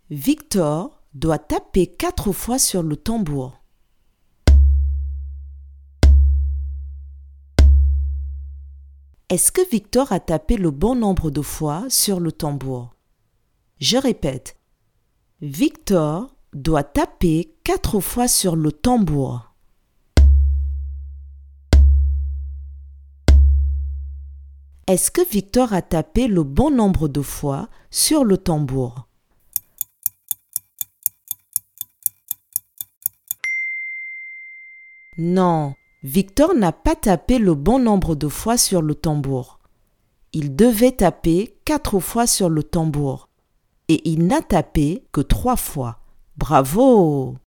Victor doit taper 4 fois sur le tambour. Est-ce que Victor a tapé le bon nombre de fois sur le tambour? Je répète. Victor doit taper 4 fois sur le tambour. Est-ce que Victor a tapé le bon nombre de fois sur le tambour? Non, Victor n'a pas tapé le bon nombre de fois sur le tambour. Il devait taper 4 fois sur le tambour. Et il n'a tapé que 3 fois. Bravo!